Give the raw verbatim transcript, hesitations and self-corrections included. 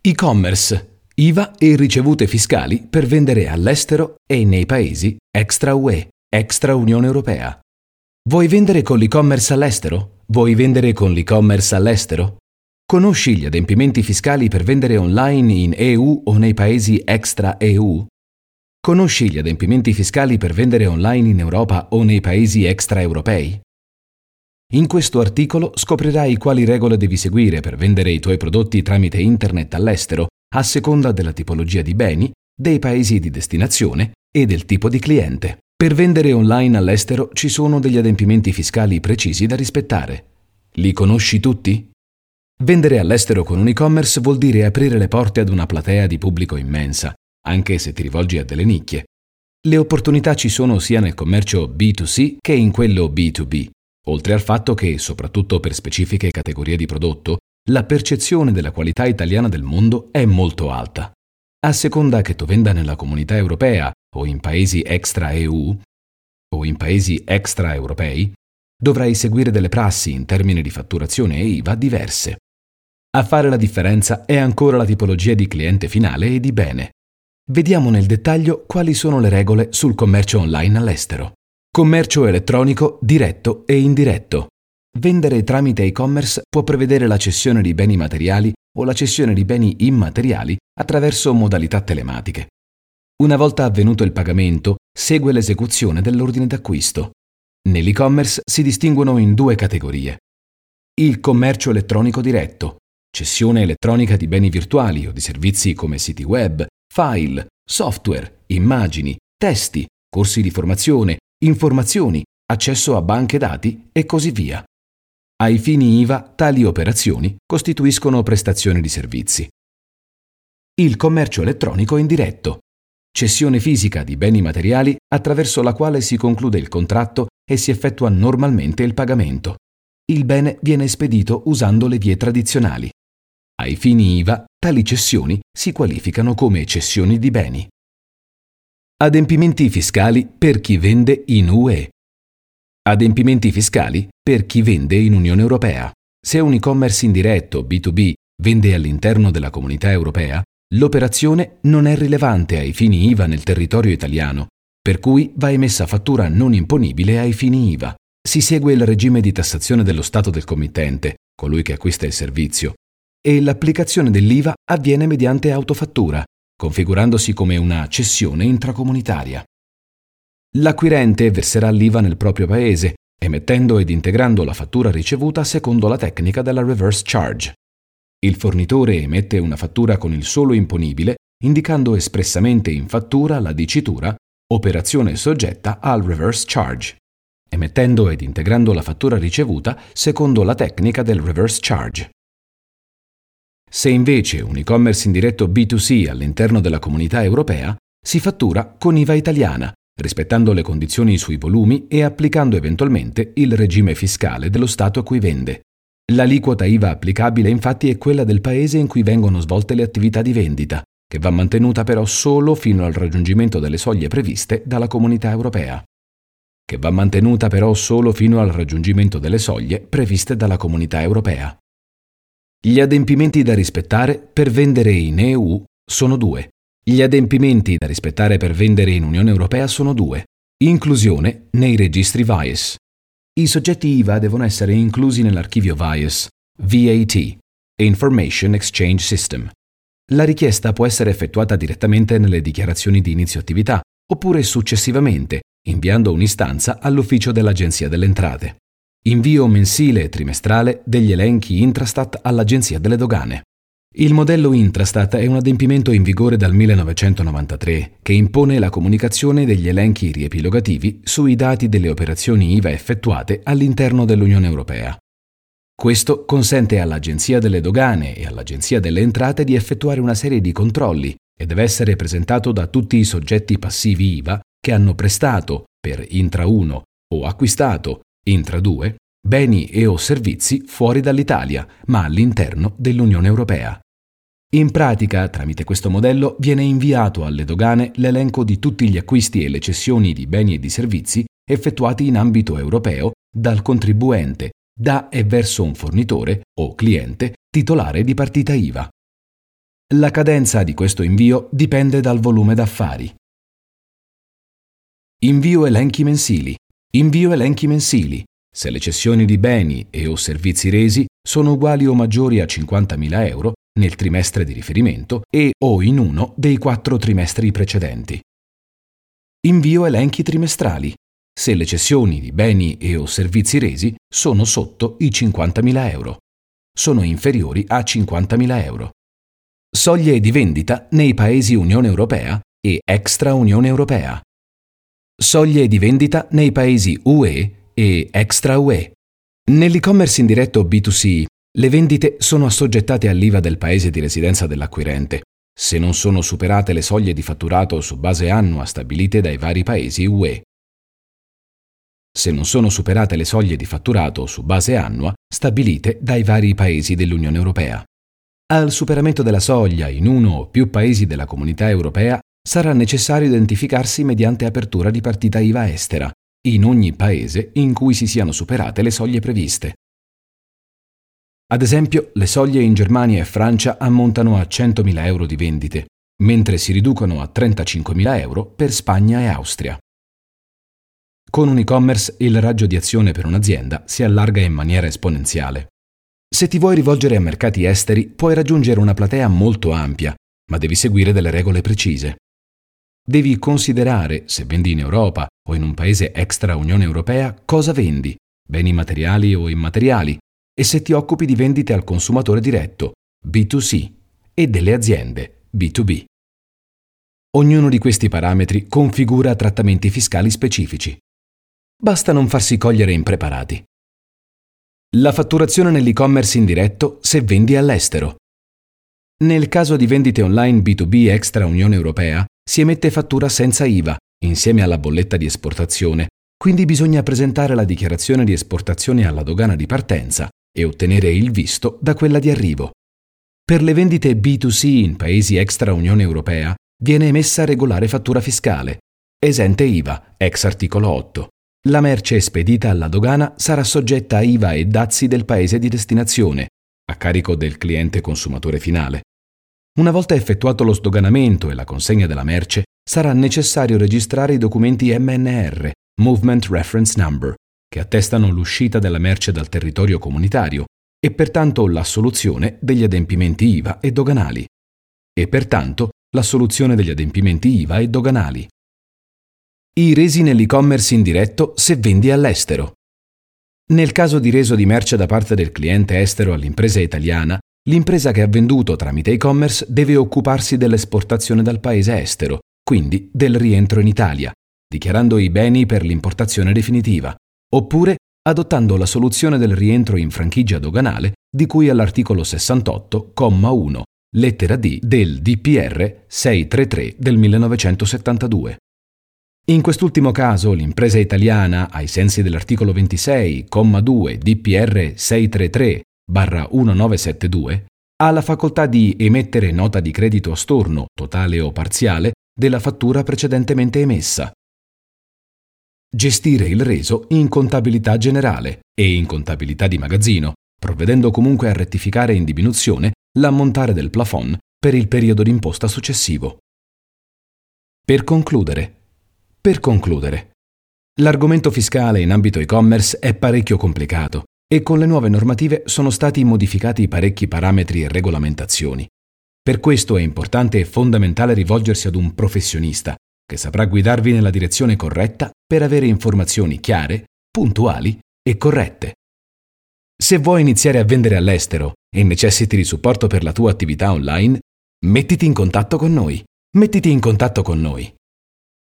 E-commerce, I V A e ricevute fiscali per vendere all'estero e nei paesi extra U E, extra Unione Europea. Vuoi vendere con l'e-commerce all'estero? Vuoi vendere con l'e-commerce all'estero? Conosci gli adempimenti fiscali per vendere online in E U o nei paesi extra E U? Conosci gli adempimenti fiscali per vendere online in Europa o nei paesi extraeuropei? In questo articolo scoprirai quali regole devi seguire per vendere i tuoi prodotti tramite internet all'estero a seconda della tipologia di beni, dei paesi di destinazione e del tipo di cliente. Per vendere online all'estero ci sono degli adempimenti fiscali precisi da rispettare. Li conosci tutti? Vendere all'estero con un e-commerce vuol dire aprire le porte ad una platea di pubblico immensa, anche se ti rivolgi a delle nicchie. Le opportunità ci sono sia nel commercio B due C che in quello B due B, oltre al fatto che, soprattutto per specifiche categorie di prodotto, la percezione della qualità italiana del mondo è molto alta. A seconda che tu venda nella comunità europea o in paesi extra E U o in paesi extraeuropei, dovrai seguire delle prassi in termini di fatturazione e I V A diverse. A fare la differenza è ancora la tipologia di cliente finale e di bene. Vediamo nel dettaglio quali sono le regole sul commercio online all'estero. Commercio elettronico diretto e indiretto. Vendere tramite e-commerce può prevedere la cessione di beni materiali o la cessione di beni immateriali attraverso modalità telematiche. Una volta avvenuto il pagamento, segue l'esecuzione dell'ordine d'acquisto. Nell'e-commerce si distinguono in due categorie. Il commercio elettronico diretto, cessione elettronica di beni virtuali o di servizi come siti web, file, software, immagini, testi, corsi di formazione, informazioni, accesso a banche dati e così via. Ai fini I V A, tali operazioni costituiscono prestazioni di servizi. Il commercio elettronico indiretto, cessione fisica di beni materiali attraverso la quale si conclude il contratto e si effettua normalmente il pagamento. Il bene viene spedito usando le vie tradizionali. Ai fini I V A, tali cessioni si qualificano come cessioni di beni. Adempimenti fiscali per chi vende in U E. Adempimenti fiscali per chi vende in Unione Europea. Se un e-commerce indiretto B due B vende all'interno della Comunità Europea, l'operazione non è rilevante ai fini I V A nel territorio italiano, per cui va emessa fattura non imponibile ai fini I V A. Si segue il regime di tassazione dello Stato del committente, colui che acquista il servizio, e l'applicazione dell'I V A avviene mediante autofattura, configurandosi come una cessione intracomunitaria. L'acquirente verserà l'I V A nel proprio paese, emettendo ed integrando la fattura ricevuta secondo la tecnica della reverse charge. Il fornitore emette una fattura con il solo imponibile, indicando espressamente in fattura la dicitura operazione soggetta al reverse charge, emettendo ed integrando la fattura ricevuta secondo la tecnica del reverse charge. Se invece un e-commerce indiretto B due C all'interno della Comunità Europea, si fattura con I V A italiana, rispettando le condizioni sui volumi e applicando eventualmente il regime fiscale dello Stato a cui vende. L'aliquota I V A applicabile infatti è quella del paese in cui vengono svolte le attività di vendita, che va mantenuta però solo fino al raggiungimento delle soglie previste dalla Comunità Europea. Che va mantenuta però solo fino al raggiungimento delle soglie previste dalla Comunità Europea. Gli adempimenti da rispettare per vendere in E U sono due. Gli adempimenti da rispettare per vendere in Unione Europea sono due. Inclusione nei registri V I E S. I soggetti I V A devono essere inclusi nell'archivio V I E S, V A T, Information Exchange System. La richiesta può essere effettuata direttamente nelle dichiarazioni di inizio attività, oppure successivamente, inviando un'istanza all'ufficio dell'Agenzia delle Entrate. Invio mensile e trimestrale degli elenchi Intrastat all'Agenzia delle Dogane. Il modello Intrastat è un adempimento in vigore dal millenovecentonovantatré che impone la comunicazione degli elenchi riepilogativi sui dati delle operazioni I V A effettuate all'interno dell'Unione Europea. Questo consente all'Agenzia delle Dogane e all'Agenzia delle Entrate di effettuare una serie di controlli e deve essere presentato da tutti i soggetti passivi I V A che hanno prestato, per Intra uno o acquistato, Intra due, beni e o servizi fuori dall'Italia, ma all'interno dell'Unione Europea. In pratica, tramite questo modello, viene inviato alle dogane l'elenco di tutti gli acquisti e le cessioni di beni e di servizi effettuati in ambito europeo dal contribuente, da e verso un fornitore o cliente titolare di partita I V A. La cadenza di questo invio dipende dal volume d'affari. Invio elenchi mensili. Invio elenchi mensili. Se le cessioni di beni e o servizi resi sono uguali o maggiori a cinquantamila euro nel trimestre di riferimento e o in uno dei quattro trimestri precedenti. Invio elenchi trimestrali. Se le cessioni di beni e o servizi resi sono sotto i cinquantamila euro. Sono inferiori a cinquantamila euro. Soglie di vendita nei paesi Unione Europea e extra Unione Europea. Soglie di vendita nei paesi U E e extra U E. Nell'e-commerce indiretto B due C, le vendite sono assoggettate all'I V A del paese di residenza dell'acquirente, se non sono superate le soglie di fatturato su base annua stabilite dai vari paesi U E. Se non sono superate le soglie di fatturato su base annua stabilite dai vari paesi dell'Unione Europea. Al superamento della soglia in uno o più paesi della Comunità Europea sarà necessario identificarsi mediante apertura di partita I V A estera, in ogni paese in cui si siano superate le soglie previste. Ad esempio, le soglie in Germania e Francia ammontano a centomila euro di vendite, mentre si riducono a trentacinquemila euro per Spagna e Austria. Con un e-commerce il raggio di azione per un'azienda si allarga in maniera esponenziale. Se ti vuoi rivolgere a mercati esteri, puoi raggiungere una platea molto ampia, ma devi seguire delle regole precise. Devi considerare, se vendi in Europa o in un paese extra Unione Europea, cosa vendi, beni materiali o immateriali, e se ti occupi di vendite al consumatore diretto, B due C, e delle aziende, B due B. Ognuno di questi parametri configura trattamenti fiscali specifici. Basta non farsi cogliere impreparati. La fatturazione nell'e-commerce indiretto se vendi all'estero. Nel caso di vendite online B due B extra Unione Europea, si emette fattura senza I V A, insieme alla bolletta di esportazione, quindi bisogna presentare la dichiarazione di esportazione alla dogana di partenza e ottenere il visto da quella di arrivo. Per le vendite B due C in paesi extra Unione Europea viene emessa regolare fattura fiscale, esente I V A, ex articolo otto. La merce spedita alla dogana sarà soggetta a I V A e dazi del paese di destinazione, a carico del cliente consumatore finale. Una volta effettuato lo sdoganamento e la consegna della merce, sarà necessario registrare i documenti M N R, Movement Reference Number, che attestano l'uscita della merce dal territorio comunitario e pertanto l'assoluzione degli adempimenti I V A e doganali. E pertanto l'assoluzione degli adempimenti I V A e doganali. I resi nell'e-commerce indiretto se vendi all'estero. Nel caso di reso di merce da parte del cliente estero all'impresa italiana, l'impresa che ha venduto tramite e-commerce deve occuparsi dell'esportazione dal paese estero, quindi del rientro in Italia, dichiarando i beni per l'importazione definitiva, oppure adottando la soluzione del rientro in franchigia doganale di cui all'articolo sessantotto, comma uno, lettera D del D P R seicentotrentatré del millenovecentosettantadue. In quest'ultimo caso, l'impresa italiana, ai sensi dell'articolo ventisei, comma due, D P R seicentotrentatré barra millenovecentosettantadue, ha la facoltà di emettere nota di credito a storno, totale o parziale, della fattura precedentemente emessa. Gestire il reso in contabilità generale e in contabilità di magazzino, provvedendo comunque a rettificare in diminuzione l'ammontare del plafond per il periodo d'imposta successivo. Per concludere. Per concludere. L'argomento fiscale in ambito e-commerce è parecchio complicato e con le nuove normative sono stati modificati parecchi parametri e regolamentazioni. Per questo è importante e fondamentale rivolgersi ad un professionista che saprà guidarvi nella direzione corretta per avere informazioni chiare, puntuali e corrette. Se vuoi iniziare a vendere all'estero e necessiti di supporto per la tua attività online, mettiti in contatto con noi. Mettiti in contatto con noi.